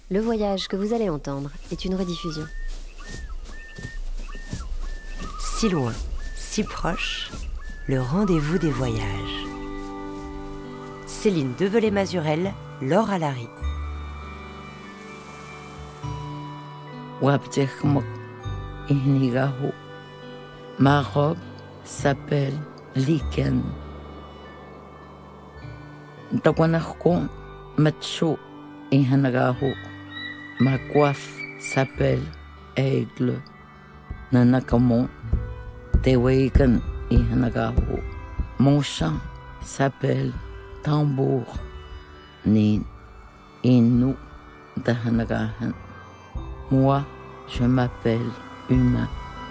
Le voyage que vous allez entendre est une rediffusion. Si loin, si proche, le rendez-vous des voyages. Céline Develay-Mazurel, Laure Alary. Wabdekmok Ihnigahu. Ma robe s'appelle Liken. Tawanakon Matsu Ihnigahu. Ma coiffe s'appelle Aigle. Nanakamon Teweiken Ihnigahu. Mon chant s'appelle Tambour. Ni Inu Dahanagahan. Moi, je m'appelle Humain.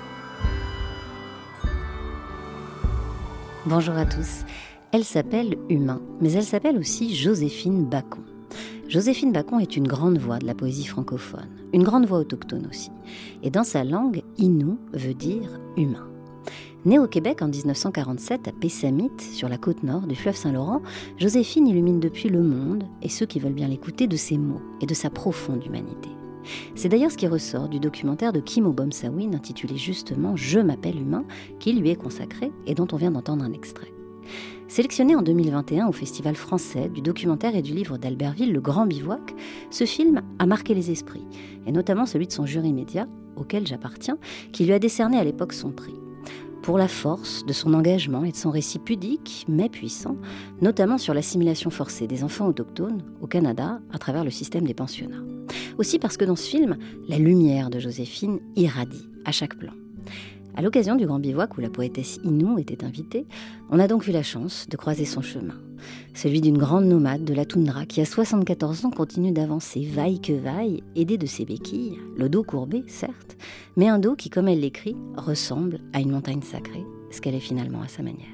Bonjour à tous. Elle s'appelle Humain, mais elle s'appelle aussi Joséphine Bacon. Joséphine Bacon est une grande voix de la poésie francophone, une grande voix autochtone aussi. Et dans sa langue, Innu veut dire humain. Née au Québec en 1947 à Pessamit, sur la côte nord du fleuve Saint-Laurent, Joséphine illumine depuis le monde, et ceux qui veulent bien l'écouter, de ses mots et de sa profonde humanité. C'est d'ailleurs ce qui ressort du documentaire de Kim Obomsawin intitulé justement « Je m'appelle Humain » qui lui est consacré et dont on vient d'entendre un extrait. Sélectionné en 2021 au Festival français du documentaire et du livre d'Albertville, Le Grand Bivouac, ce film a marqué les esprits, et notamment celui de son jury média, auquel j'appartiens, qui lui a décerné à l'époque son prix. Pour la force de son engagement et de son récit pudique, mais puissant, notamment sur l'assimilation forcée des enfants autochtones au Canada à travers le système des pensionnats. Aussi parce que dans ce film, la lumière de Joséphine irradie à chaque plan. À l'occasion du Grand Bivouac où la poétesse Innu était invitée, on a donc eu la chance de croiser son chemin. Celui d'une grande nomade de la toundra qui à 74 ans continue d'avancer vaille que vaille, aidée de ses béquilles, le dos courbé certes, mais un dos qui, comme elle l'écrit, ressemble à une montagne sacrée, ce qu'elle est finalement à sa manière.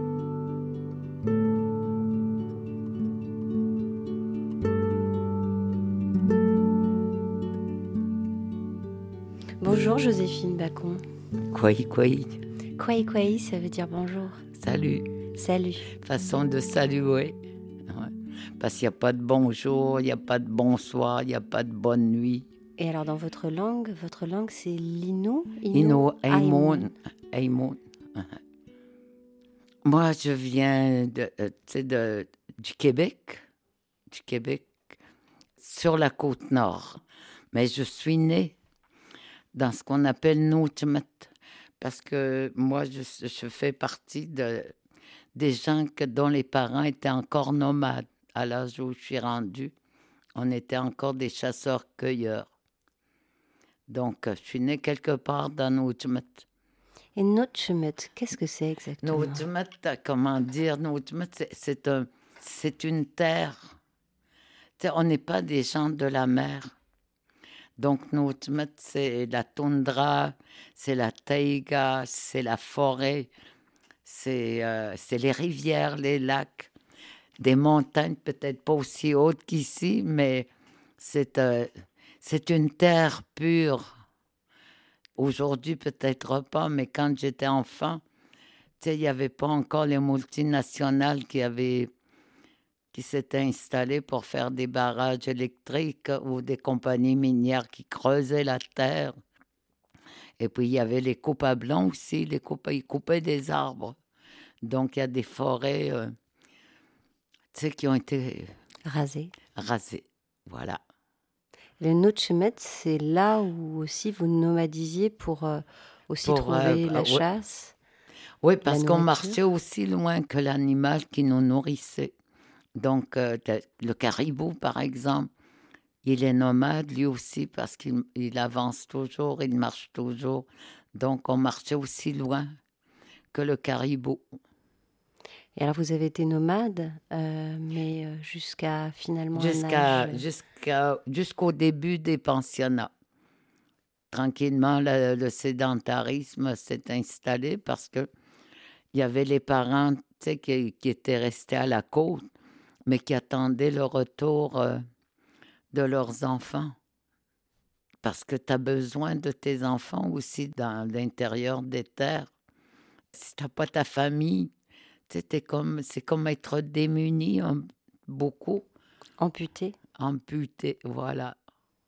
Bonjour Joséphine Bacon. Kwai. Kwai kwai, ça veut dire bonjour. Salut. Salut. Façon de saluer. Ouais. Parce qu'il n'y a pas de bonjour, il n'y a pas de bonsoir, il n'y a pas de bonne nuit. Et alors dans votre langue c'est l'Innu? Innu, Aimon. Moi, je viens du Québec, sur la côte nord. Mais je suis née dans ce qu'on appelle Nujmet, parce que moi, je fais partie des gens dont les parents étaient encore nomades. À l'âge où je suis rendue, on était encore des chasseurs-cueilleurs. Donc, je suis née quelque part dans Nujmet. Et Nujmet, qu'est-ce que c'est exactement? Nujmet, comment dire, Nujmet, c'est une terre. T'sais, on n'est pas des gens de la mer. Donc, Nujmet, c'est la toundra, c'est la taïga, c'est la forêt, c'est les rivières, les lacs, des montagnes peut-être pas aussi hautes qu'ici, mais c'est une terre pure. Aujourd'hui, peut-être pas, mais quand j'étais enfant, il n'y avait pas encore les multinationales qui s'étaient installées pour faire des barrages électriques ou des compagnies minières qui creusaient la terre. Et puis, il y avait les coupes à blanc aussi, ils coupaient des arbres. Donc, il y a des forêts qui ont été rasées. Voilà. Le Nujmet, c'est là où aussi vous nomadisiez pour trouver la chasse. Oui, parce qu'on marchait aussi loin que l'animal qui nous nourrissait. Donc, le caribou, par exemple, il est nomade lui aussi parce qu'il avance toujours, il marche toujours. Donc, on marchait aussi loin que le caribou. Et alors, vous avez été nomade, mais jusqu'à finalement jusqu'au début des pensionnats. Tranquillement, le sédentarisme s'est installé parce que il y avait les parents qui étaient restés à la côte, mais qui attendaient le retour de leurs enfants. Parce que tu as besoin de tes enfants aussi dans l'intérieur des terres. Si tu n'as pas ta famille, c'est comme être démuni beaucoup. Amputé, voilà.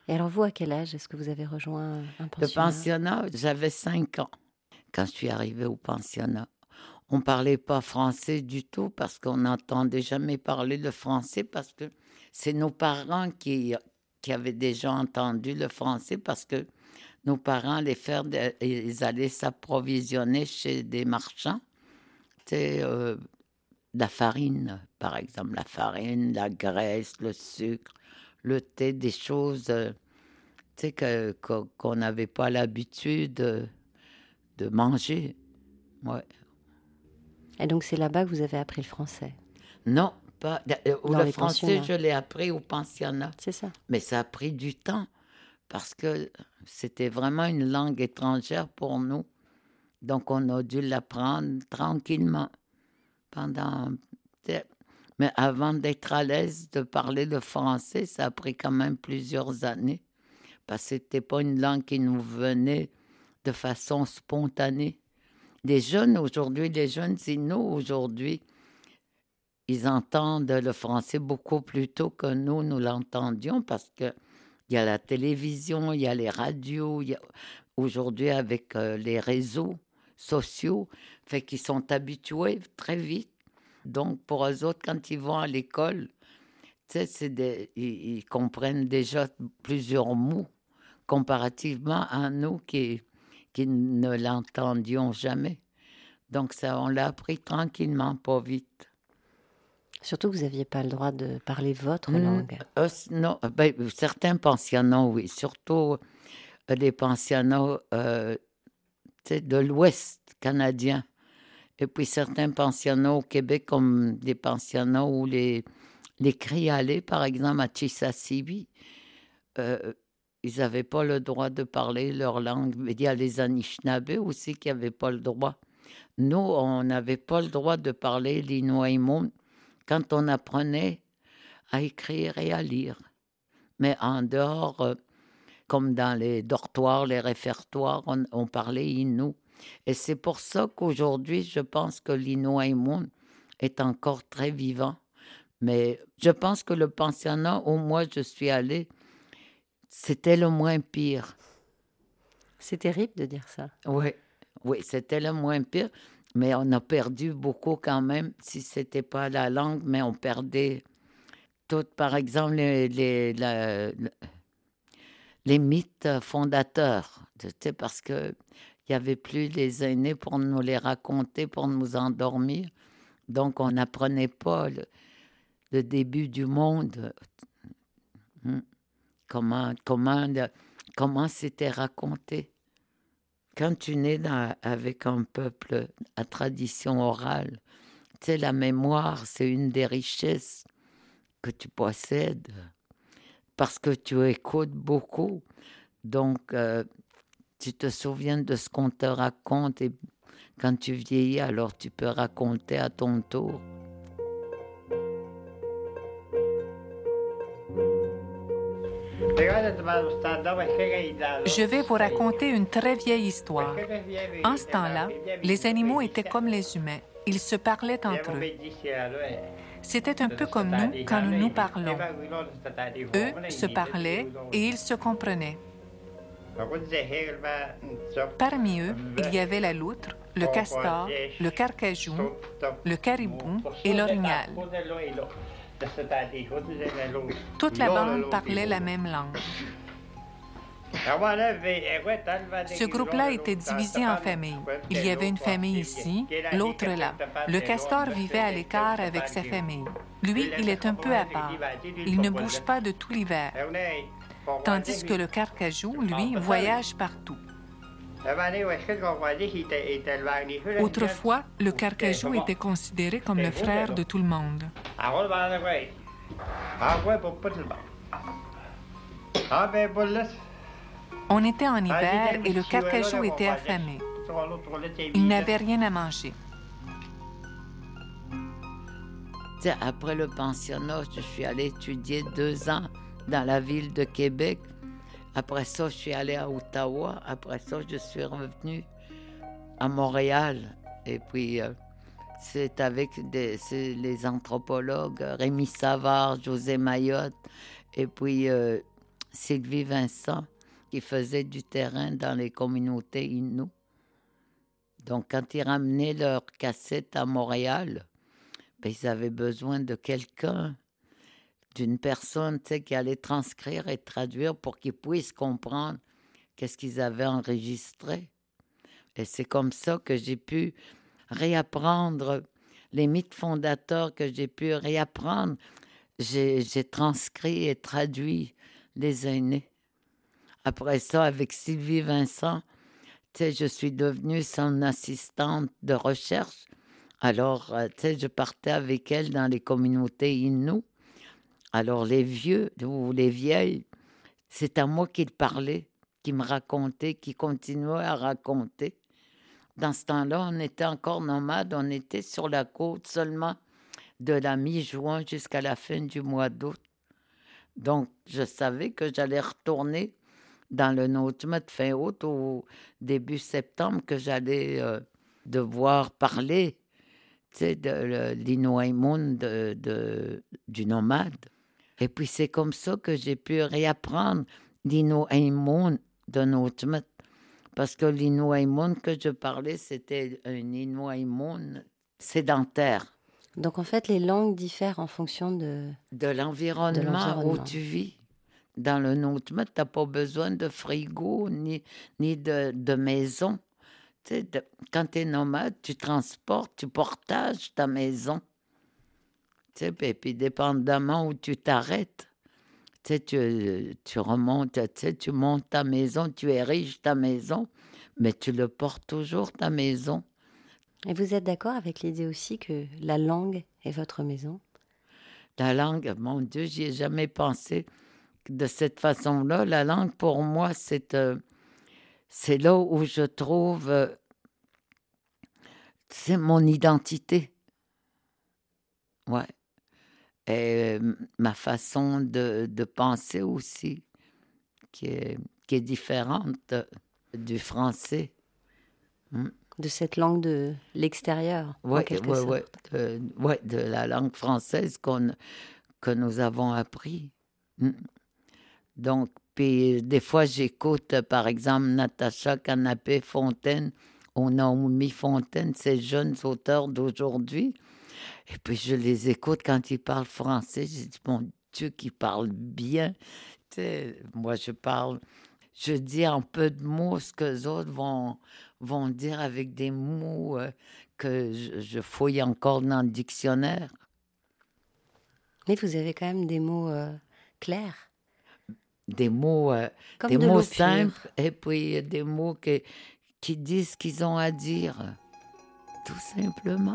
Et alors vous, à quel âge est-ce que vous avez rejoint un Le pensionnat? pensionnat, j'avais 5 ans quand je suis arrivée au pensionnat. On ne parlait pas français du tout parce qu'on n'entendait jamais parler le français parce que c'est nos parents qui avaient déjà entendu le français parce que nos parents ils allaient s'approvisionner chez des marchands. Tu sais, la farine, par exemple, la farine, la graisse, le sucre, le thé, des choses tu sais, qu'on n'avait pas l'habitude de manger. Ouais. Et donc c'est là-bas que vous avez appris le français? Non, pas. Dans Le les français, pensionnats. je l'ai appris au pensionnat. C'est ça. Mais ça a pris du temps parce que c'était vraiment une langue étrangère pour nous. Donc, on a dû l'apprendre tranquillement pendant. Mais avant d'être à l'aise de parler le français, ça a pris quand même plusieurs années parce que ce n'était pas une langue qui nous venait de façon spontanée. Les jeunes aujourd'hui, les jeunes Inuits aujourd'hui, ils entendent le français beaucoup plus tôt que nous l'entendions parce qu'il y a la télévision, il y a les radios, aujourd'hui avec les réseaux sociaux, fait qu'ils sont habitués très vite. Donc, pour eux autres, quand ils vont à l'école, tu sais, ils comprennent déjà plusieurs mots comparativement à nous qui ne l'entendions jamais. Donc, ça, on l'a appris tranquillement, pas vite. Surtout que vous n'aviez pas le droit de parler votre langue. Non, ben, certains pensionnats, oui. Surtout les pensionnats tu sais, de l'Ouest canadien. Et puis certains pensionnats au Québec, comme des pensionnats où les Créolais, par exemple, à Chisasibi, ils n'avaient pas le droit de parler leur langue. Il y a les Anishinabés aussi qui n'avaient pas le droit. Nous, on n'avait pas le droit de parler l'inuaïmoun quand on apprenait à écrire et à lire. Mais en dehors, comme dans les dortoirs, les réfectoires, on parlait Innu. Et c'est pour ça qu'aujourd'hui, je pense que l'inuaïmoun est encore très vivant. Mais je pense que le pensionnat où moi je suis allée, c'était le moins pire. C'est terrible de dire ça. Oui, c'était le moins pire. Mais on a perdu beaucoup quand même, si ce n'était pas la langue, mais on perdait tout. Par exemple, les mythes fondateurs, tu sais, parce qu'il n'y avait plus les aînés pour nous les raconter, pour nous endormir. Donc, on n'apprenait pas le début du monde. Comment c'était raconté. Quand tu nais avec un peuple à tradition orale, tu sais, la mémoire, c'est une des richesses que tu possèdes parce que tu écoutes beaucoup. Donc, tu te souviens de ce qu'on te raconte et quand tu vieillis, alors tu peux raconter à ton tour. Je vais vous raconter une très vieille histoire. En ce temps-là, les animaux étaient comme les humains. Ils se parlaient entre eux. C'était un peu comme nous quand nous nous parlons. Eux se parlaient et ils se comprenaient. Parmi eux, il y avait la loutre, le castor, le carcajou, le caribou et l'orignal. Toute la bande parlait la même langue. Ce groupe-là était divisé en familles. Il y avait une famille ici, l'autre là. Le castor vivait à l'écart avec sa famille. Lui, il est un peu à part. Il ne bouge pas de tout l'hiver. Tandis que le carcajou, lui, voyage partout. Autrefois, le carcajou était considéré comme le frère de tout le monde. On était en hiver et le carcajou était affamé. Il n'avait rien à manger. Après le pensionnat, je suis allée étudier 2 ans dans la ville de Québec. Après ça, je suis allée à Ottawa. Après ça, je suis revenue à Montréal. Et puis, c'est avec les anthropologues Rémi Savard, José Mayotte, et puis Sylvie Vincent, qui faisait du terrain dans les communautés Innu. Donc, quand ils ramenaient leurs cassettes à Montréal, ben, ils avaient besoin de quelqu'un, d'une personne, tu sais, qui allait transcrire et traduire pour qu'ils puissent comprendre qu'est-ce qu'ils avaient enregistré. Et c'est comme ça que j'ai pu réapprendre les mythes fondateurs, que j'ai pu réapprendre. J'ai transcrit et traduit les aînés. Après ça, avec Sylvie Vincent, tu sais, je suis devenue son assistante de recherche. Alors, tu sais, je partais avec elle dans les communautés Innu. Alors, les vieux ou les vieilles, c'est à moi qu'ils parlaient, qui me racontaient, qui continuaient à raconter. Dans ce temps-là, on était encore nomades, on était sur la côte seulement de la mi-juin jusqu'à la fin du mois d'août. Donc, je savais que j'allais retourner dans le Notmat fin août ou début septembre, que j'allais devoir parler, tu sais, de l'Inuaimun du nomade. Et puis, c'est comme ça que j'ai pu réapprendre l'Inuaimun de Notmat. Parce que l'Inuaimun que je parlais, c'était un Inuaimun sédentaire. Donc en fait, les langues diffèrent en fonction de l'environnement où tu vis. Dans le Notmat, tu n'as pas besoin de frigo ni de maison. Tu sais, quand tu es nomade, tu transportes, tu partages ta maison. Tu sais, et puis dépendamment où tu t'arrêtes, tu sais, tu remontes, tu sais, tu montes ta maison, tu ériges ta maison, mais tu le portes toujours, ta maison. Et vous êtes d'accord avec l'idée aussi que la langue est votre maison? La langue, mon Dieu, j'y ai jamais pensé de cette façon-là. La langue, pour moi, c'est là où je trouve c'est mon identité. Ouais. Et ma façon de penser aussi, qui est différente du français. De cette langue de l'extérieur, en quelque sorte. De la langue française que nous avons appris. Donc, puis des fois, j'écoute, par exemple, Natacha Canapé-Fontaine ou Naomi Fontaine, ces jeunes auteurs d'aujourd'hui. Et puis, je les écoute quand ils parlent français. Je dis, mon Dieu, qu'ils parlent bien. Tu sais, moi, je dis en peu de mots ce que les autres vont dire avec des mots que je fouille encore dans le dictionnaire. Mais vous avez quand même des mots clairs. Des mots, des mots simples et puis des mots qui disent ce qu'ils ont à dire. Tout simplement.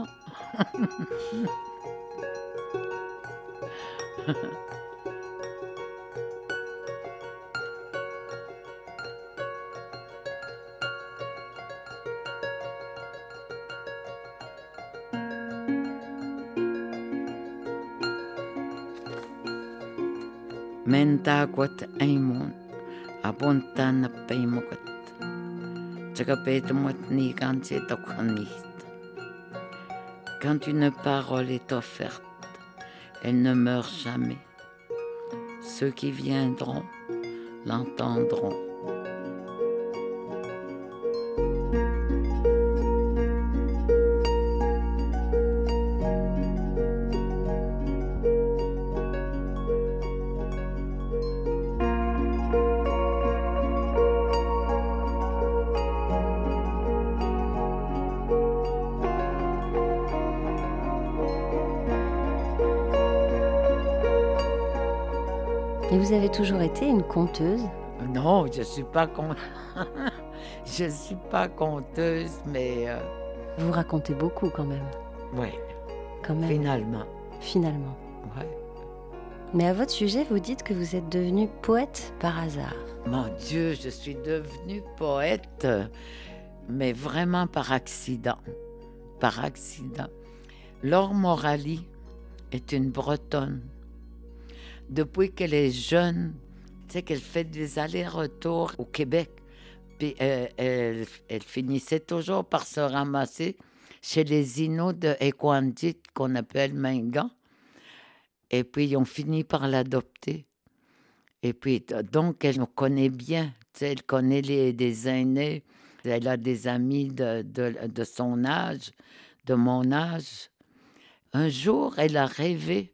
Mentaquat aimun, abontan paimokot. Quand une parole est offerte, elle ne meurt jamais. Ceux qui viendront l'entendront. Et vous avez toujours été une conteuse? Non, je suis pas je suis pas conteuse, mais vous racontez beaucoup quand même. Oui. Quand même. Finalement. Ouais. Mais à votre sujet, vous dites que vous êtes devenue poète par hasard. Mon Dieu, je suis devenue poète, mais vraiment par accident. Par accident. Laure Morali est une Bretonne. Depuis qu'elle est jeune, tu sais qu'elle fait des allers-retours au Québec. Puis elle finissait toujours par se ramasser chez les Inuits de Ekwandit, qu'on appelle Mingan. Et puis ils ont fini par l'adopter. Et puis, donc, elle nous connaît bien. Tu sais, elle connaît des aînés. Elle a des amis de son âge, de mon âge. Un jour, elle a rêvé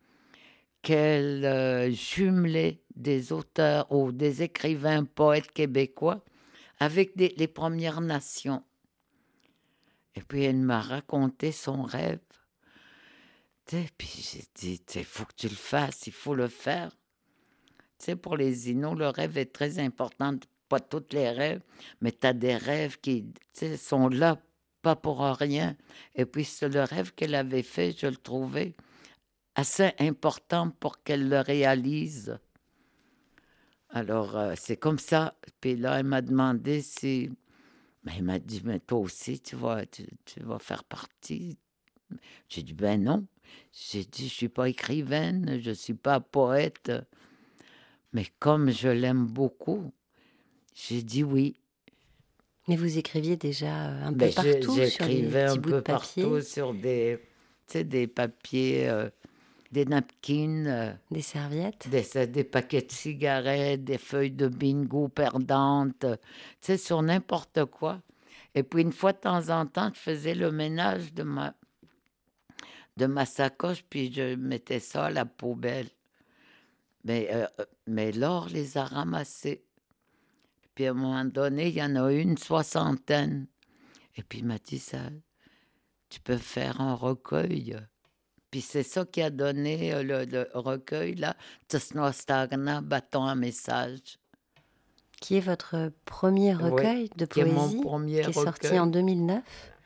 qu'elle jumelait des auteurs ou des écrivains, poètes québécois avec les Premières Nations. Et puis, elle m'a raconté son rêve. Puis j'ai dit, il faut que tu le fasses, il faut le faire. Tu sais, pour les Inuits, le rêve est très important. Pas tous les rêves, mais tu as des rêves qui sont là, pas pour rien. Et puis, c'est le rêve qu'elle avait fait, je le trouvais assez important pour qu'elle le réalise. Alors, c'est comme ça. Puis là, elle m'a demandé si... Mais elle m'a dit, mais toi aussi, tu vas faire partie. J'ai dit, ben non. J'ai dit, je ne suis pas écrivaine, je ne suis pas poète. Mais comme je l'aime beaucoup, j'ai dit oui. Mais vous écriviez déjà un peu partout sur des petits bouts de papier. Partout sur des papiers, des napkins. Des serviettes. Des paquets de cigarettes, des feuilles de bingo perdantes, sur n'importe quoi. Et puis une fois de temps en temps, je faisais le ménage de ma sacoche, puis je mettais ça à la poubelle. Mais Laure les a ramassés. Puis à un moment donné, il y en a eu une 60aine. Et puis il m'a dit, ça, tu peux faire un recueil. Puis c'est ça qui a donné le recueil, là, Tsnostarna, bâton à message. Qui est votre premier recueil de poésie, qui est mon premier recueil. Sorti en 2009.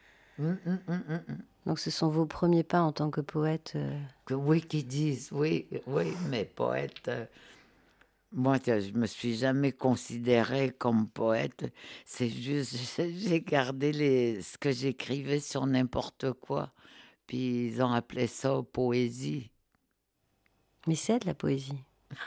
Donc ce sont vos premiers pas en tant que poète. Oui, qui disent, oui, mais poète. Moi, je me suis jamais considérée comme poète. C'est juste, j'ai gardé ce que j'écrivais sur n'importe quoi. Puis ils ont appelé ça poésie. Mais c'est de la poésie.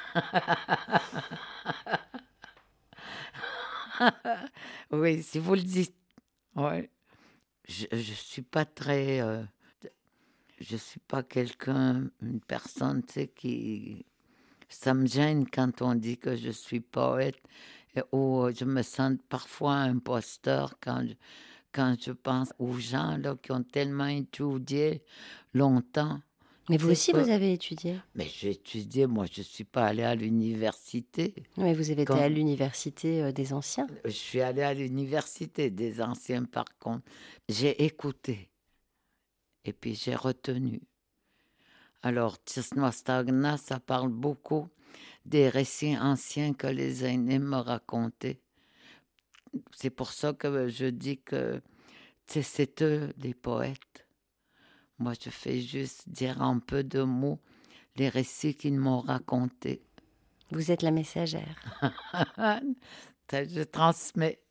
Oui, si vous le dites. Ouais. Je suis pas très... je suis pas une personne, tu sais, qui... Ça me gêne quand on dit que je suis poète. Ou je me sens parfois imposteur quand je pense aux gens là, qui ont tellement étudié longtemps. Mais vous aussi, vous avez étudié? Mais j'ai étudié, moi, je ne suis pas allée à l'université. Mais vous avez été à l'université des anciens? Je suis allée à l'université des anciens, par contre. J'ai écouté et puis j'ai retenu. Alors, Tsnostarna, ça parle beaucoup des récits anciens que les aînés me racontaient. C'est pour ça que je dis que c'est eux, les poètes. Moi, je fais juste dire en peu de mots les récits qu'ils m'ont racontés. Vous êtes la messagère. Je transmets.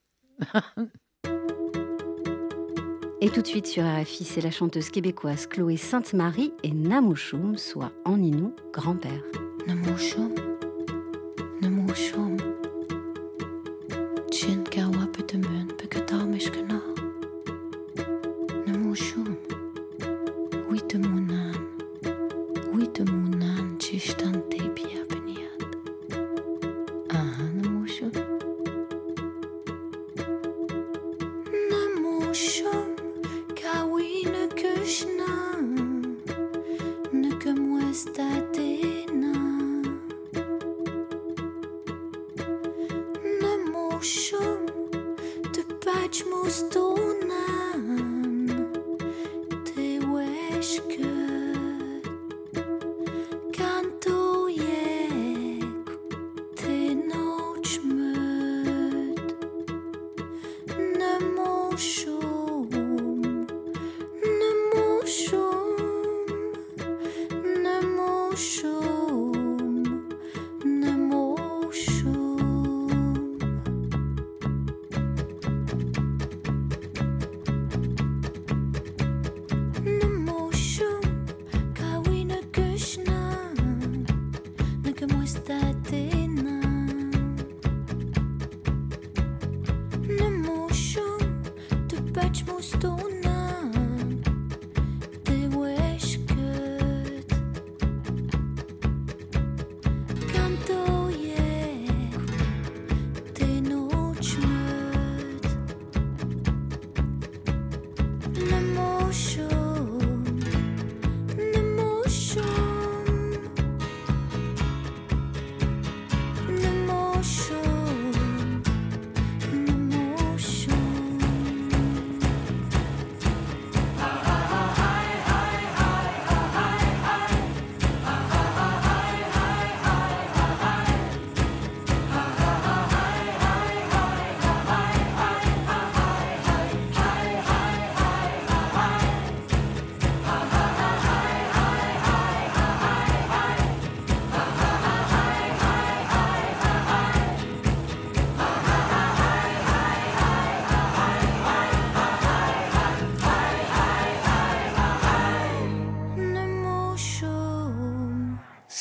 Et tout de suite sur RFI, c'est la chanteuse québécoise Chloé Sainte-Marie et Namouchoum, soit en Innu, grand-père. Namouchoum, Namouchoum, Tchin kawa petemun peketamischkena. Namouchoum, Witemunan, Chistan tepia beniat. Ah, Namouchoum. Namouchoum, kawine kushna, ne que muestatena. Namouchoum, te patch mustonan, te weshke. Canto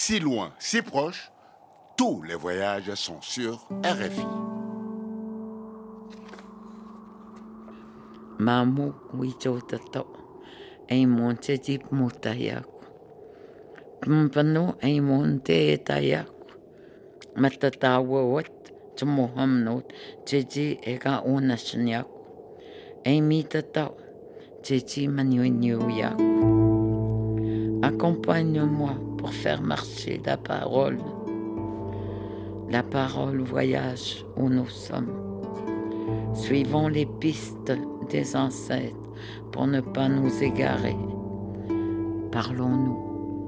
si loin, si proche, tous les voyages sont sur RFI. Mamu wichotato ei monte tip mutayaku. Mpano ei monte tayaku. Matatawa wat tumuhamnot tiji ega unashnyaku. Ei mitata tiji manuinyoyaku. Accompagne-moi pour faire marcher la parole. La parole voyage où nous sommes. Suivons les pistes des ancêtres pour ne pas nous égarer. Parlons-nous.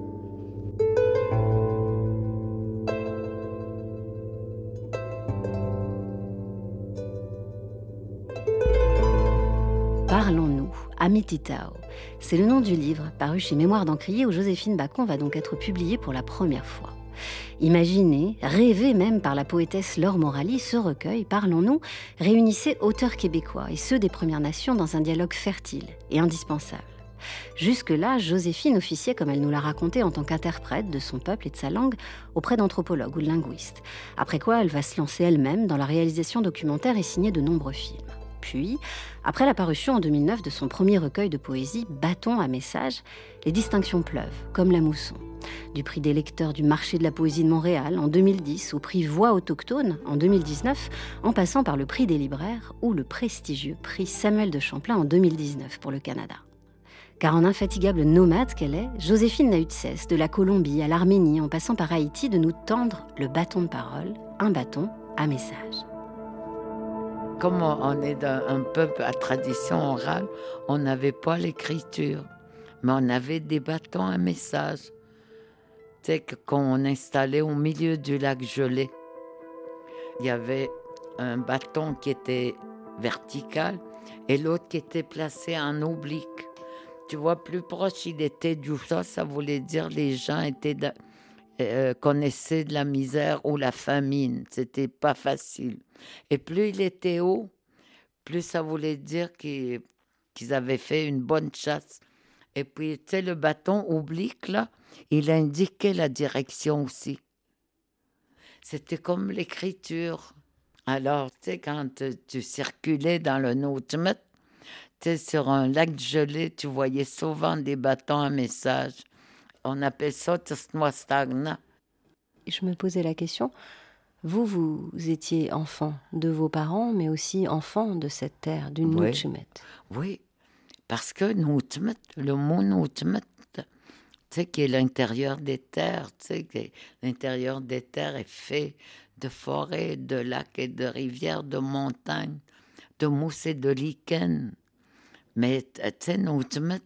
Parlons-nous, Amititao. C'est le nom du livre, paru chez Mémoires d'Encrier, où Joséphine Bacon va donc être publiée pour la première fois. Imaginé, rêvé même par la poétesse Laure Morali, ce recueil, Parlons-nous, réunissait auteurs québécois et ceux des Premières Nations dans un dialogue fertile et indispensable. Jusque-là, Joséphine officiait, comme elle nous l'a raconté, en tant qu'interprète de son peuple et de sa langue auprès d'anthropologues ou de linguistes. Après quoi, elle va se lancer elle-même dans la réalisation documentaire et signer de nombreux films. Puis, après la parution en 2009 de son premier recueil de poésie, Bâton à message, les distinctions pleuvent, comme la mousson. Du prix des lecteurs du marché de la poésie de Montréal en 2010 au prix Voix autochtone en 2019, en passant par le prix des libraires ou le prestigieux prix Samuel de Champlain en 2019 pour le Canada. Car en infatigable nomade qu'elle est, Joséphine n'a eu de cesse, de la Colombie à l'Arménie en passant par Haïti, de nous tendre le bâton de parole, un bâton à message. Comme on est un peuple à tradition orale, on n'avait pas l'écriture, mais on avait des bâtons à message. Tu sais, qu'on installait au milieu du lac gelé. Il y avait un bâton qui était vertical et l'autre qui était placé en oblique. Tu vois, plus proche il était du sol, ça voulait dire les gens connaissaient de la misère ou la famine. C'était pas facile. Et plus il était haut, plus ça voulait dire qu'ils avaient fait une bonne chasse. Et puis, tu sais, le bâton oblique, là, il indiquait la direction aussi. C'était comme l'écriture. Alors, tu sais, quand tu circulais dans le Notmet, tu sais, sur un lac gelé, tu voyais souvent des bâtons à message. On appelle ça Tsnoistagna. Je me posais la question, vous étiez enfant de vos parents, mais aussi enfant de cette terre, du Nutchmet. Oui, parce que Nutchmet, le mot Nutchmet, tu sais, qui est l'intérieur des terres, tu sais, que l'intérieur des terres est fait de forêts, de lacs et de rivières, de montagnes, de mousse et de lichen. Mais, tu sais, Nutchmet,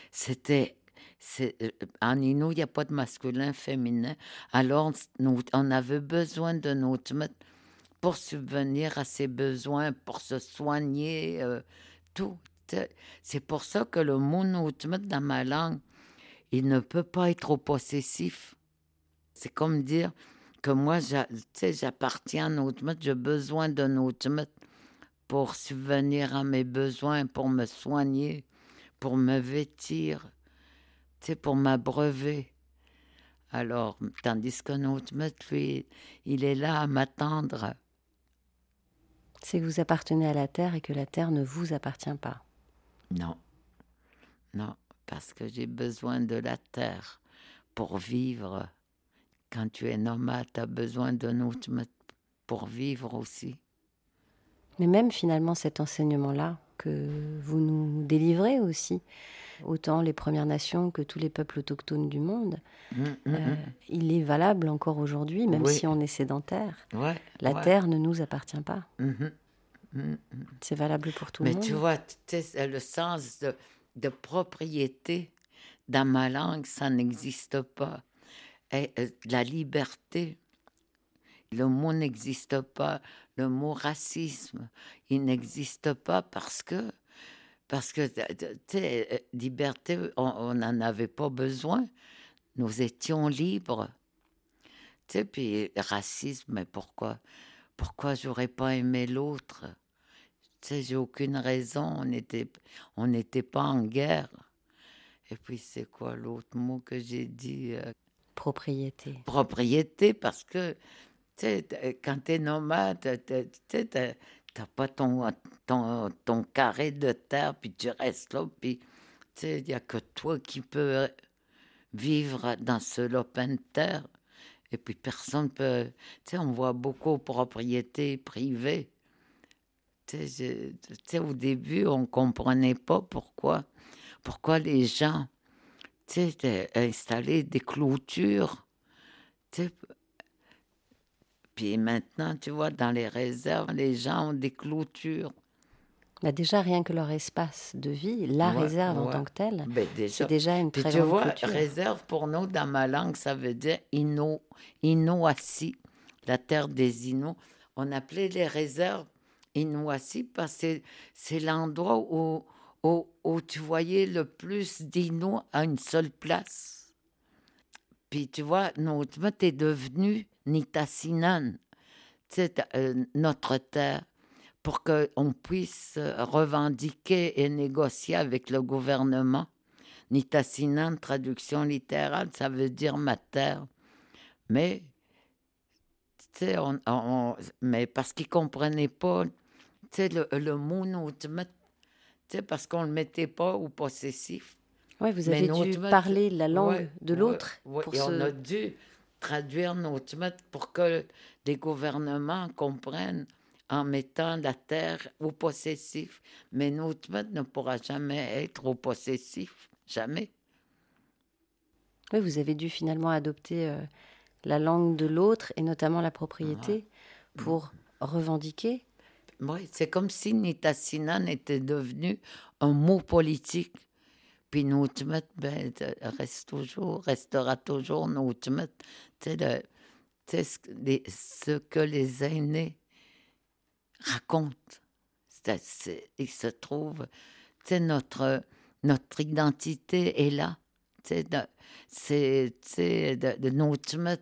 en Innu, il n'y a pas de masculin, féminin. Alors, on avait besoin de Nutchmet pour subvenir à ses besoins, pour se soigner, tout. C'est pour ça que le mot Nutchmet dans ma langue, il ne peut pas être au possessif. C'est comme dire que moi, j'appartiens à Nutchmet, j'ai besoin de Nutchmet pour subvenir à mes besoins, pour me soigner, pour me vêtir, pour m'abreuver. Alors, tandis que Nutchmet, lui, il est là à m'attendre. C'est que vous appartenez à la terre et que la terre ne vous appartient pas. Non, parce que j'ai besoin de la terre pour vivre. Quand tu es nomade, tu as besoin de Nutchmet pour vivre aussi. Mais même finalement cet enseignement-là que vous nous délivrez aussi, autant les Premières Nations que tous les peuples autochtones du monde, il est valable encore aujourd'hui, même si on est sédentaire. La terre ne nous appartient pas. C'est valable pour tout le monde. Mais tu vois, le sens de propriété, dans ma langue, ça n'existe pas. Et, la liberté, le mot n'existe pas. Le mot racisme, il n'existe pas parce que tu sais, liberté, on n'en avait pas besoin. Nous étions libres. Tu sais, puis racisme, mais pourquoi j'aurais pas aimé l'autre? Tu sais, j'ai aucune raison. On n'était pas en guerre. Et puis, c'est quoi l'autre mot que j'ai dit? propriété. Propriété, parce que, tu sais, quand tu es nomade, tu sais, t'as pas ton carré de terre, puis tu restes là, puis, tu sais, il n'y a que toi qui peux vivre dans ce lopin de terre. Et puis, personne peut... Tu sais, on voit beaucoup de propriétés privées. Tu sais, au début, on ne comprenait pas pourquoi les gens, tu sais, installaient des clôtures. Tu sais, puis maintenant, tu vois, dans les réserves, les gens ont des clôtures. Bah déjà, rien que leur espace de vie, la réserve en tant que telle, ben c'est déjà une puis très tu grande vois, clôture. réserve pour nous, dans ma langue, ça veut dire Inuassi, la terre des Inuits. On appelait les réserves Inuassi parce que c'est l'endroit où tu voyais le plus d'Inuits à une seule place. Puis tu vois, notre est devenu Nitassinan, notre terre, pour qu'on puisse revendiquer et négocier avec le gouvernement. Nitassinan, traduction littérale, ça veut dire ma terre. Mais, tu sais, mais parce qu'ils ne comprenaient pas, tu sais, le mot Notmet, tu sais, parce qu'on ne le mettait pas au possessif. Oui, vous avez dû parler la langue de l'autre. Et on a dû traduire Notmet pour que les gouvernements comprennent en mettant la terre au possessif. Mais Notmet ne pourra jamais être au possessif. Jamais. Oui, vous avez dû finalement adopter la langue de l'autre et notamment la propriété pour revendiquer. Oui, c'est comme si Nitassinan était devenu un mot politique. Puis Notmet, ben, restera toujours Notmet. Tu sais, ce que les aînés racontent. Il se trouve, tu sais, notre identité est là. Tu sais, de Notmet,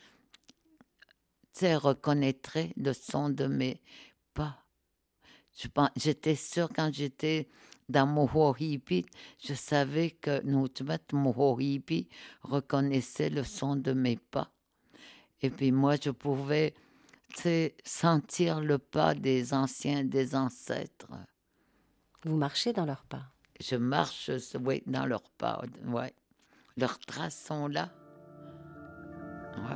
tu sais, reconnaîtrait le son de mes pas. J'étais sûre quand j'étais dans Mohohipi, je savais que Notmet Mohohipi reconnaissait le son de mes pas. Et puis moi, je pouvais, tu sais, sentir le pas des anciens, des ancêtres. Vous marchez dans leurs pas. Je marche, oui, dans leurs pas, oui. Leurs traces sont là. Ouais.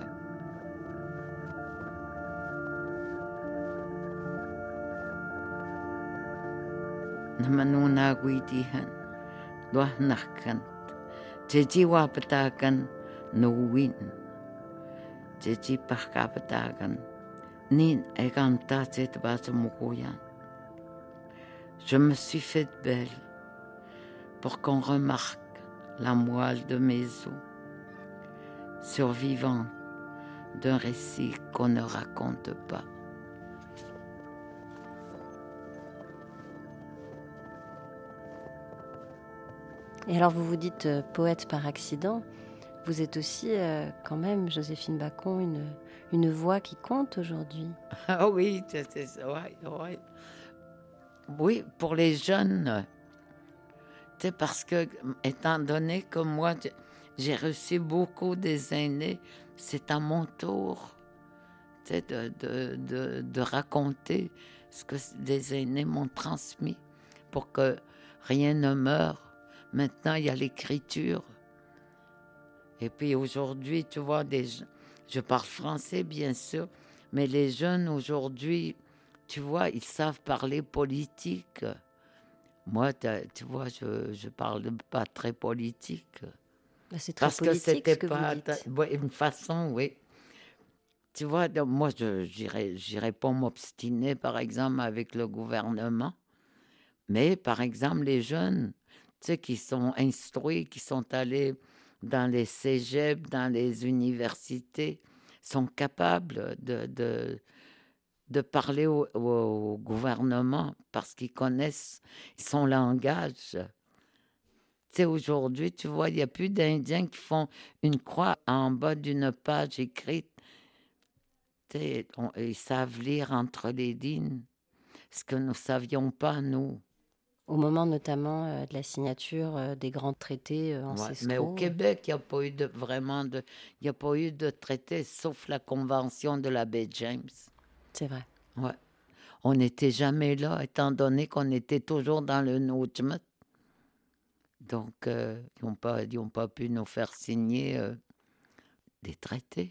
Namanuna guitihan, doah nakant, jeji wapatakan nuwin, jeji pakapatakan, nin eganta cet basamukoyan. Je me suis faite belle pour qu'on remarque la moelle de mes os, survivante d'un récit qu'on ne raconte pas. Et alors vous vous dites poète par accident, vous êtes aussi quand même, Joséphine Bacon, une voix qui compte aujourd'hui. Ah oui, c'est ça, ouais. Oui, pour les jeunes, tu sais, parce que, étant donné que moi, j'ai reçu beaucoup des aînés, c'est à mon tour, tu sais, de raconter ce que les aînés m'ont transmis pour que rien ne meure. Maintenant, il y a l'écriture. Et puis aujourd'hui, tu vois, je parle français, bien sûr, mais les jeunes aujourd'hui, tu vois, ils savent parler politique. Moi, tu vois, je parle pas très politique. C'est très parce politique, que c'était ce que pas vous dites. une façon, oui. Tu vois, donc moi, j'irais pas m'obstiner, par exemple, avec le gouvernement. Mais, par exemple, les jeunes, tu sais, qui sont instruits, qui sont allés dans les cégeps, dans les universités, sont capables de parler au gouvernement parce qu'ils connaissent son langage. Tu sais, aujourd'hui, tu vois, il n'y a plus d'Indiens qui font une croix en bas d'une page écrite. Tu sais, ils savent lire entre les lignes, ce que nous ne savions pas, nous. Au moment notamment de la signature des grands traités ancestraux. Mais au Québec, il n'y a pas eu il n'y a pas eu de traité, sauf la convention de la baie James. C'est vrai. Ouais. On n'était jamais là, étant donné qu'on était toujours dans le Nojmat. Donc, ils n'ont pas pu nous faire signer des traités.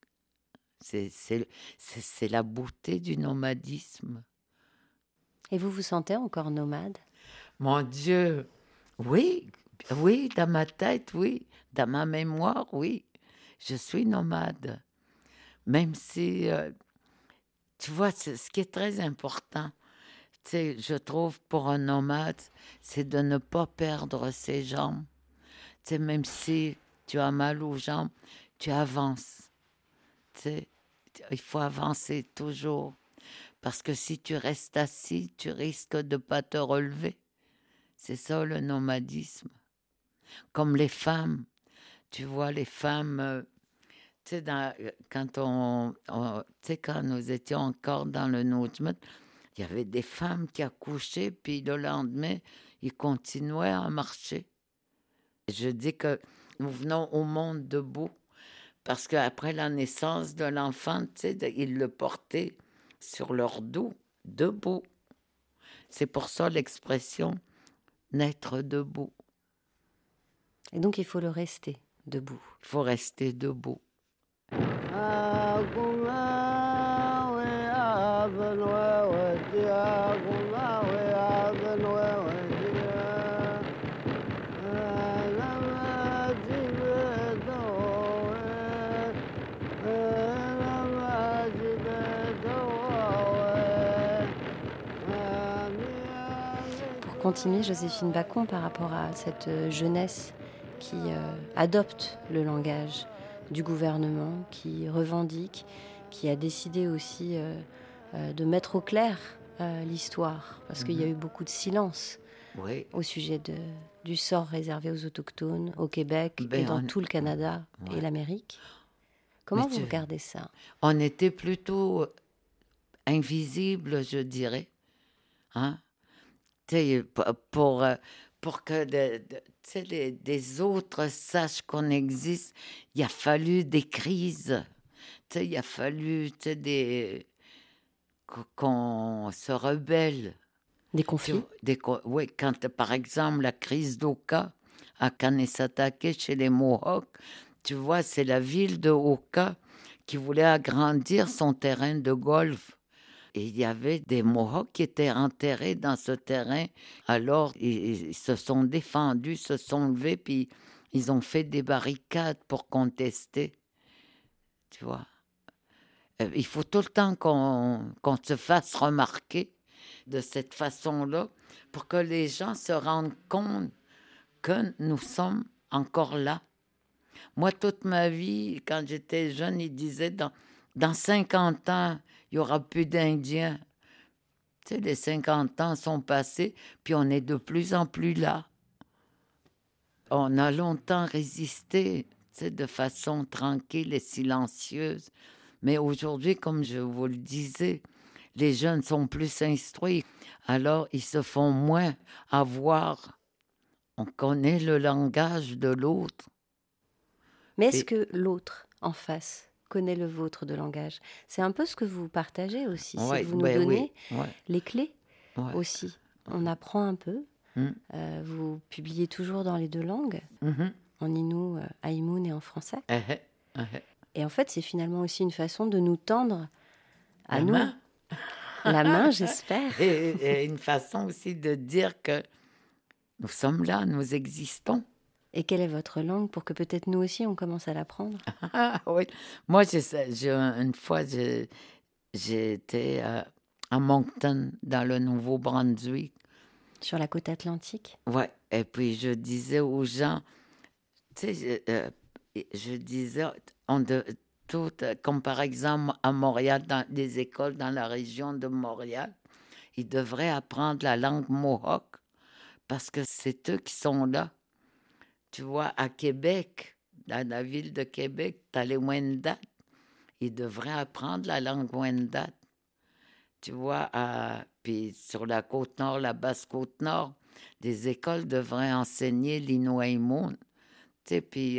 C'est la beauté du nomadisme. Et vous vous sentez encore nomade? Mon Dieu, oui, dans ma tête, oui, dans ma mémoire, oui, je suis nomade. Même si, tu vois, ce qui est très important, tu sais, je trouve pour un nomade, c'est de ne pas perdre ses jambes. Tu sais, même si tu as mal aux jambes, tu avances. Tu sais, il faut avancer toujours. Parce que si tu restes assis, tu risques de ne pas te relever. C'est ça le nomadisme. Comme les femmes. Tu vois, les femmes, tu sais, quand tu sais, quand nous étions encore dans le Nojmat, il y avait des femmes qui accouchaient, puis le lendemain, ils continuaient à marcher. Je dis que nous venons au monde debout, parce qu'après la naissance de l'enfant, tu sais, ils le portaient sur leur dos, debout. C'est pour ça l'expression naître debout. Et donc il faut le rester debout. Il faut rester debout. Pour continuer, Joséphine Bacon, par rapport à cette jeunesse qui adopte le langage du gouvernement, qui revendique, qui a décidé aussi de mettre au clair l'histoire, parce qu'il y a eu beaucoup de silence au sujet du sort réservé aux autochtones au Québec et dans tout le Canada et l'Amérique. Comment vous regardez ça? On était plutôt invisible, je dirais. Hein? Pour que des autres sachent qu'on existe, il a fallu des crises. Il a fallu qu'on se rebelle. Des conflits? Oui, quand, par exemple, la crise d'Oka à Kanesatake, chez les Mohawks, tu vois, c'est la ville de Oka qui voulait agrandir son terrain de golf. Et il y avait des Mohawks qui étaient enterrés dans ce terrain. Alors, ils se sont défendus, se sont levés, puis ils ont fait des barricades pour contester. Tu vois. Il faut tout le temps qu'on se fasse remarquer de cette façon-là pour que les gens se rendent compte que nous sommes encore là. Moi, toute ma vie, quand j'étais jeune, ils disaient dans 50 ans, il n'y aura plus d'Indiens. Tu sais, les 50 ans sont passés, puis on est de plus en plus là. On a longtemps résisté, tu sais, de façon tranquille et silencieuse. Mais aujourd'hui, comme je vous le disais, les jeunes sont plus instruits. Alors, ils se font moins avoir. On connaît le langage de l'autre. Mais est-ce que l'autre, en face, connaît le vôtre de langage? C'est un peu ce que vous partagez aussi. C'est que vous nous donnez les clés aussi. On apprend un peu. Vous publiez toujours dans les deux langues, en Innu, Aïmoun et en français. Et en fait, c'est finalement aussi une façon de nous tendre à nous. La main, j'espère. Et une façon aussi de dire que nous sommes là, nous existons. Et quelle est votre langue pour que peut-être nous aussi, on commence à l'apprendre? Oui. Moi, une fois, j'étais à Moncton, dans le Nouveau-Brunswick. Sur la côte atlantique? Oui. Et puis, je disais aux gens, tu sais, je disais, comme par exemple à Montréal, dans des écoles dans la région de Montréal, ils devraient apprendre la langue Mohawk parce que c'est eux qui sont là. Tu vois, à Québec, dans la ville de Québec, tu as les Wendat. Ils devraient apprendre la langue Wendat. Tu vois, puis sur la Côte-Nord, la Basse-Côte-Nord, les écoles devraient enseigner l'Inuaimun. Puis,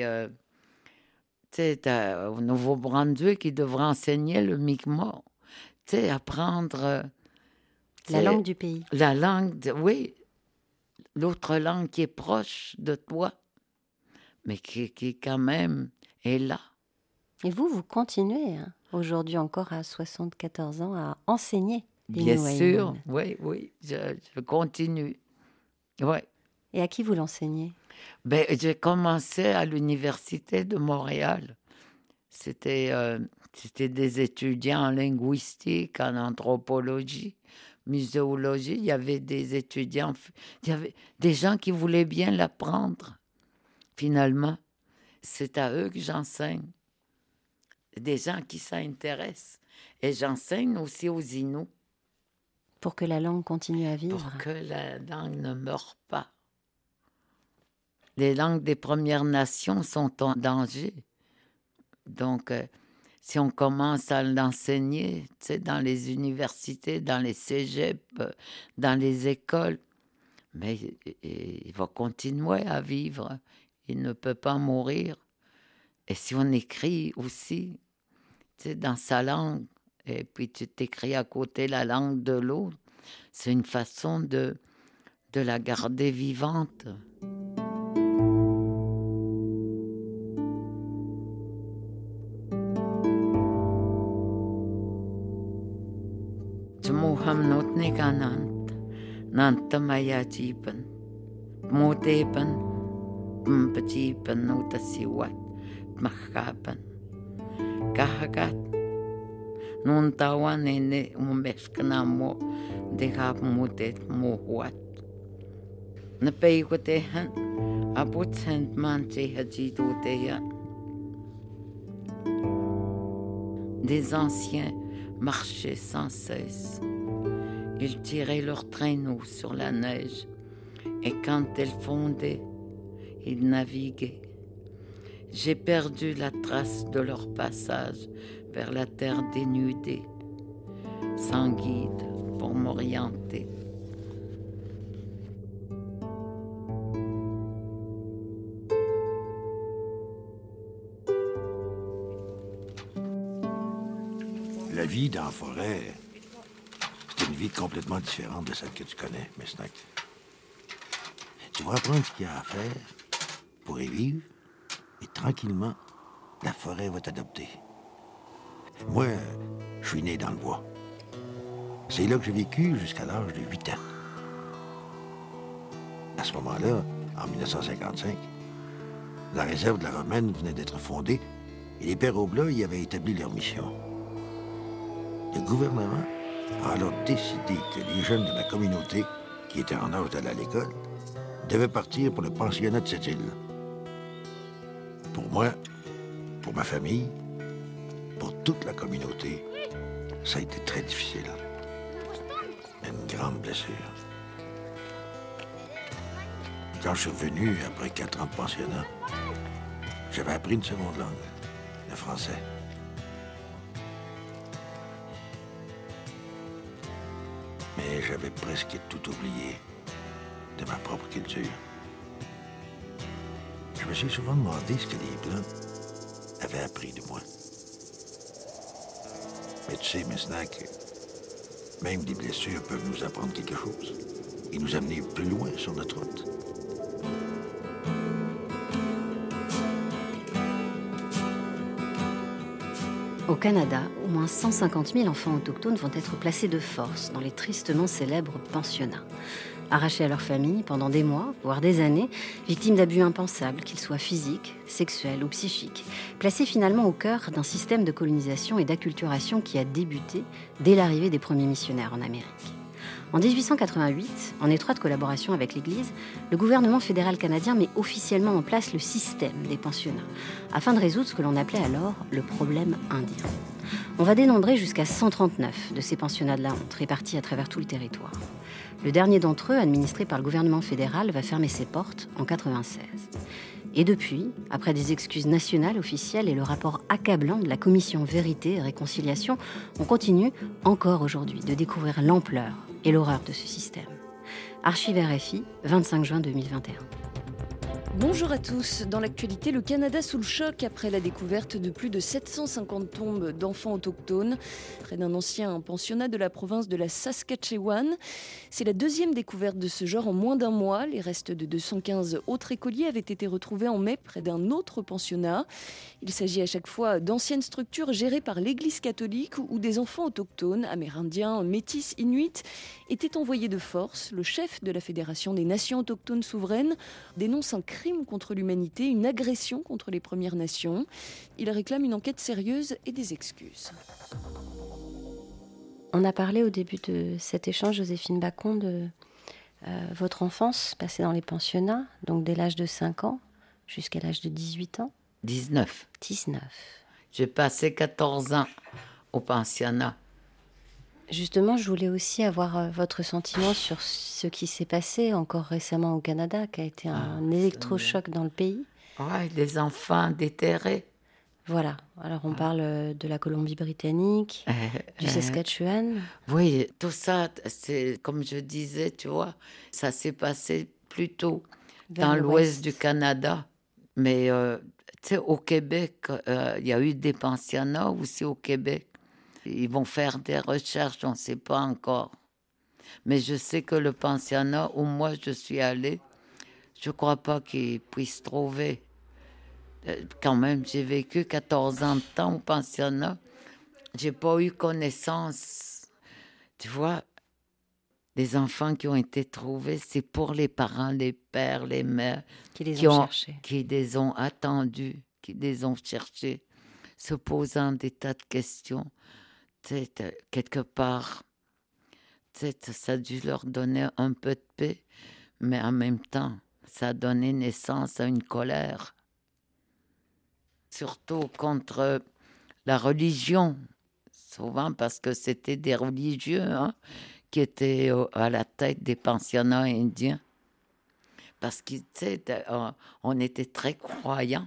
au Nouveau-Brunswick, ils devraient enseigner le Mi'kmaq. Apprendre... La langue du pays. La langue, oui. L'autre langue qui est proche de toi, mais qui quand même est là. Et vous continuez, aujourd'hui encore à 74 ans, à enseigner Bien l'Inuaimun. sûr, oui, je continue. Oui. Et à qui vous l'enseignez? J'ai commencé à l'Université de Montréal. C'était des étudiants en linguistique, en anthropologie, muséologie. Il y avait des étudiants, il y avait des gens qui voulaient bien l'apprendre. Finalement, c'est à eux que j'enseigne. Des gens qui s'intéressent. Et j'enseigne aussi aux Inuits. Pour que la langue continue à vivre. Pour que la langue ne meure pas. Les langues des Premières Nations sont en danger. Donc, si on commence à l'enseigner, dans les universités, dans les cégeps, dans les écoles, mais il va continuer à vivre. Il ne peut pas mourir. Et si on écrit aussi, dans sa langue, et puis tu t'écris à côté la langue de l'autre, c'est une façon de la garder vivante. Tumuhamnot nikanant, nantamaya jipan, motepan, mpajipan utasiwat, makapan, kahagat. Non tawan ene umesknamo dehap mutet mohuat. Na peikotehan abutsent manche hajitoteyan. Des anciens marchaient sans cesse. Ils tiraient leurs traîneaux sur la neige et quand elle fondait, ils naviguaient. J'ai perdu la trace de leur passage vers la terre dénudée, sans guide pour m'orienter. La vie dans la forêt, c'est une vie complètement différente de celle que tu connais, Mesnack. Tu vas apprendre ce qu'il y a à faire pour y vivre, et tranquillement, la forêt va t'adopter. Moi, je suis né dans le bois. C'est là que j'ai vécu jusqu'à l'âge de 8 ans. À ce moment-là, en 1955, la réserve de la Romaine venait d'être fondée et les Pères Oblats y avaient établi leur mission. Le gouvernement a alors décidé que les jeunes de ma communauté, qui étaient en âge d'aller à l'école, devaient partir pour le pensionnat de cette île. Pour moi, pour ma famille, pour toute la communauté, ça a été très difficile. Une grande blessure. Quand je suis revenu, après 4 ans de pensionnat, j'avais appris une seconde langue, le français. Mais j'avais presque tout oublié de ma propre culture. Je me suis souvent demandé ce que les Blancs avaient appris de moi. Mais tu sais, Mesnack, même des blessures peuvent nous apprendre quelque chose et nous amener plus loin sur notre route. Au Canada, au moins 150 000 enfants autochtones vont être placés de force dans les tristement célèbres pensionnats. Arrachés à leur famille pendant des mois, voire des années, victimes d'abus impensables, qu'ils soient physiques, sexuels ou psychiques, placés finalement au cœur d'un système de colonisation et d'acculturation qui a débuté dès l'arrivée des premiers missionnaires en Amérique. En 1888, en étroite collaboration avec l'Église, le gouvernement fédéral canadien met officiellement en place le système des pensionnats, afin de résoudre ce que l'on appelait alors le problème indien. On va dénombrer jusqu'à 139 de ces pensionnats de la honte, répartis à travers tout le territoire. Le dernier d'entre eux, administré par le gouvernement fédéral, va fermer ses portes en 1996. Et depuis, après des excuses nationales officielles et le rapport accablant de la commission Vérité et Réconciliation, on continue encore aujourd'hui de découvrir l'ampleur et l'horreur de ce système. Archives RFI, 25 juin 2021. Bonjour à tous. Dans l'actualité, le Canada sous le choc après la découverte de plus de 750 tombes d'enfants autochtones près d'un ancien pensionnat de la province de la Saskatchewan. C'est la deuxième découverte de ce genre en moins d'un mois. Les restes de 215 autres écoliers avaient été retrouvés en mai près d'un autre pensionnat. Il s'agit à chaque fois d'anciennes structures gérées par l'Église catholique où des enfants autochtones, amérindiens, métis, inuits, étaient envoyés de force. Le chef de la Fédération des Nations autochtones souveraines dénonce un crime contre l'humanité, une agression contre les Premières Nations. Il réclame une enquête sérieuse et des excuses. On a parlé au début de cet échange, Joséphine Bacon, de votre enfance passée dans les pensionnats, donc dès l'âge de 5 ans jusqu'à l'âge de 18 ans. 19. 19. J'ai passé 14 ans au pensionnat. Justement, je voulais aussi avoir votre sentiment sur ce qui s'est passé encore récemment au Canada, qui a été un électrochoc dans le pays. Ouais, des enfants déterrés. Voilà. Alors, on parle de la Colombie-Britannique, du Saskatchewan. Oui, tout ça, c'est comme je disais, tu vois, ça s'est passé plutôt dans l'ouest du Canada. Mais, tu sais, au Québec, il y a eu des pensionnats aussi au Québec. Ils vont faire des recherches, on ne sait pas encore. Mais je sais que le pensionnat où moi je suis allée, je ne crois pas qu'ils puissent trouver. Quand même, j'ai vécu 14 ans de temps au pensionnat. Je n'ai pas eu connaissance. Tu vois, les enfants qui ont été trouvés, c'est pour les parents, les pères, les mères. Qui les ont cherchés. Qui les ont attendus, qui les ont cherchés, se posant des tas de questions. Quelque part, ça a dû leur donner un peu de paix, mais en même temps, ça a donné naissance à une colère. Surtout contre la religion, souvent parce que c'était des religieux qui étaient à la tête des pensionnats indiens. Parce qu'on était très croyants.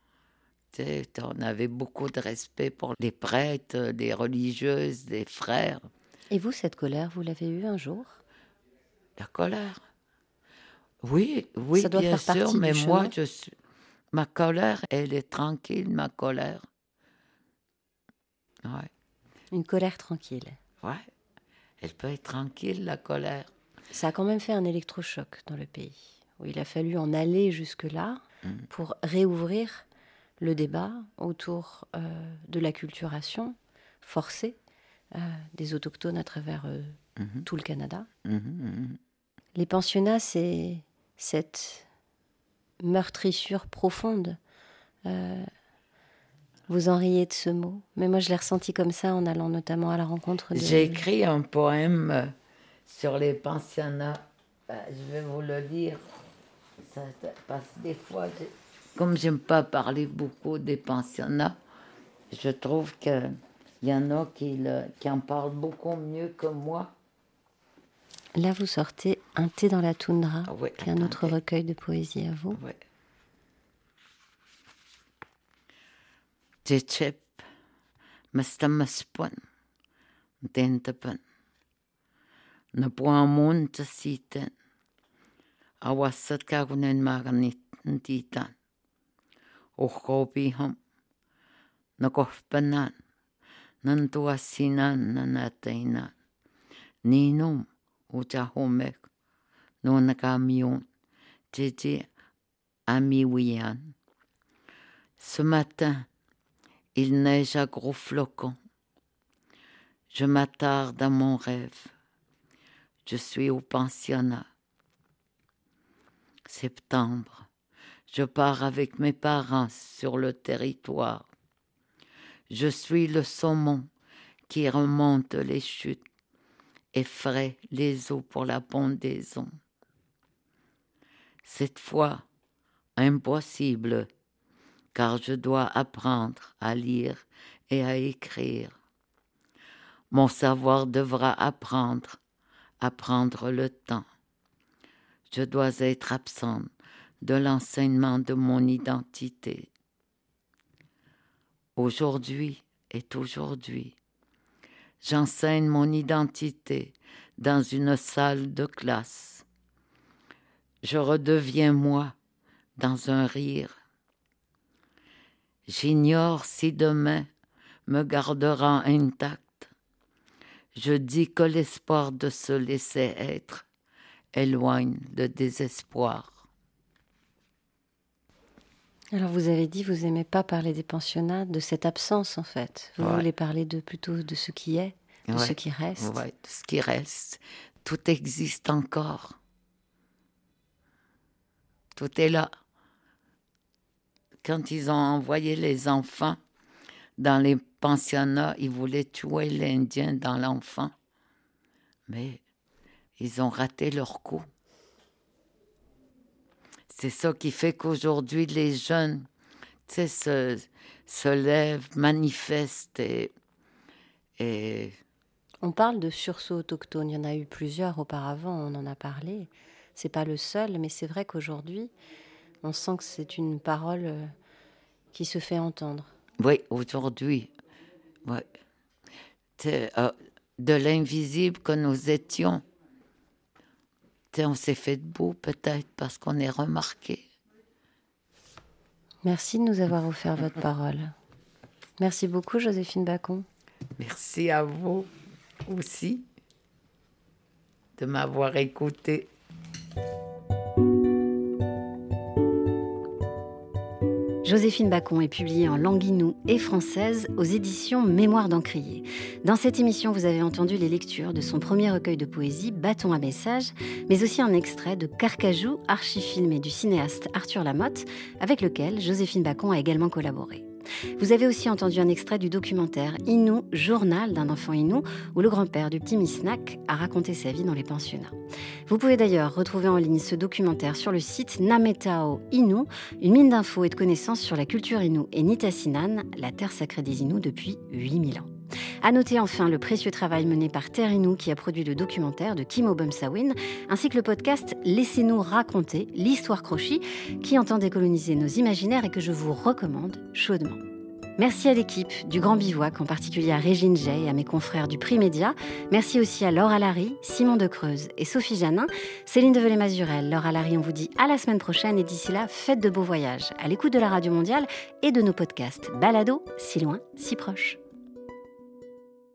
On avait beaucoup de respect pour les prêtres, les religieuses, les frères. Et vous, cette colère, vous l'avez eue un jour? La colère? Oui, ça doit bien faire sûr, partie mais du moi, chemin. ma colère, elle est tranquille, ma colère. Ouais. Une colère tranquille. Ouais, elle peut être tranquille, la colère. Ça a quand même fait un électrochoc dans le pays, où il a fallu en aller jusque-là pour réouvrir le débat autour de l'acculturation forcée des autochtones à travers tout le Canada. Les pensionnats, c'est cette meurtrissure profonde. Vous en riez de ce mot, mais moi je l'ai ressenti comme ça en allant notamment à la rencontre de... J'ai écrit un poème sur les pensionnats. Je vais vous le lire. Ça passe des fois... Comme j'aime pas parler beaucoup des pensionnats, je trouve qu'il y en a qui en parlent beaucoup mieux que moi. Là, vous sortez Un thé dans la toundra, Ah oui, qui est un autre recueil de poésie à vous. Oui. Tchep, mastamaspon, tentapan, ne point monte siten, awasat kagunen maganit titan. Okhopiham, nakofpanan, nantuasinan nanatainan, ninum uchahomek, nonakamion, titi amiwian. Ce matin, il neige à gros flocons. Je m'attarde à mon rêve. Je suis au pensionnat. Septembre. Je pars avec mes parents sur le territoire. Je suis le saumon qui remonte les chutes, effraie les eaux pour la pondaison. Cette fois, impossible, car je dois apprendre à lire et à écrire. Mon savoir devra apprendre à prendre le temps. Je dois être absente de l'enseignement de mon identité. Aujourd'hui est aujourd'hui. J'enseigne mon identité dans une salle de classe. Je redeviens moi dans un rire. J'ignore si demain me gardera intact. Je dis que l'espoir de se laisser être éloigne le désespoir. Alors vous avez dit, vous n'aimez pas parler des pensionnats, de cette absence en fait. Vous voulez parler plutôt de ce qui est, de ce qui reste. Oui, de ce qui reste. Tout existe encore. Tout est là. Quand ils ont envoyé les enfants dans les pensionnats, ils voulaient tuer l'Indien dans l'enfant. Mais ils ont raté leur coup. C'est ça qui fait qu'aujourd'hui, les jeunes se lèvent, manifestent et... On parle de sursaut autochtone. Il y en a eu plusieurs auparavant, on en a parlé. C'est pas le seul, mais c'est vrai qu'aujourd'hui, on sent que c'est une parole qui se fait entendre. Oui, aujourd'hui. Oui. De l'invisible que nous étions, on s'est fait debout peut-être parce qu'on est remarqué. Merci de nous avoir offert votre parole. Merci beaucoup, Joséphine Bacon. Merci à vous aussi de m'avoir écoutée. Joséphine Bacon est publiée en langue inoue et française aux éditions Mémoire d'Encrier. Dans cette émission, vous avez entendu les lectures de son premier recueil de poésie, Bâton à message, mais aussi un extrait de Carcajou, archifilmé du cinéaste Arthur Lamotte, avec lequel Joséphine Bacon a également collaboré. Vous avez aussi entendu un extrait du documentaire Inou, journal d'un enfant Inou, où le grand-père du petit Misnak a raconté sa vie dans les pensionnats. Vous pouvez d'ailleurs retrouver en ligne ce documentaire sur le site Nametao Inou, une mine d'infos et de connaissances sur la culture Inou et Nitassinan, la terre sacrée des Inuits depuis 8000 ans. À noter enfin le précieux travail mené par Terre Inou qui a produit le documentaire de Kimo Bumsawin, ainsi que le podcast Laissez-nous raconter l'histoire Crochy, qui entend décoloniser nos imaginaires et que je vous recommande chaudement. Merci à l'équipe du Grand Bivouac, en particulier à Régine Jay et à mes confrères du Prix Média. Merci aussi à Laure Allary, Simon Decreuse et Sophie Janin. Céline Develay-Mazurel, Laure Allary, on vous dit à la semaine prochaine et d'ici là, faites de beaux voyages à l'écoute de la Radio Mondiale et de nos podcasts Balado, si loin, si proche.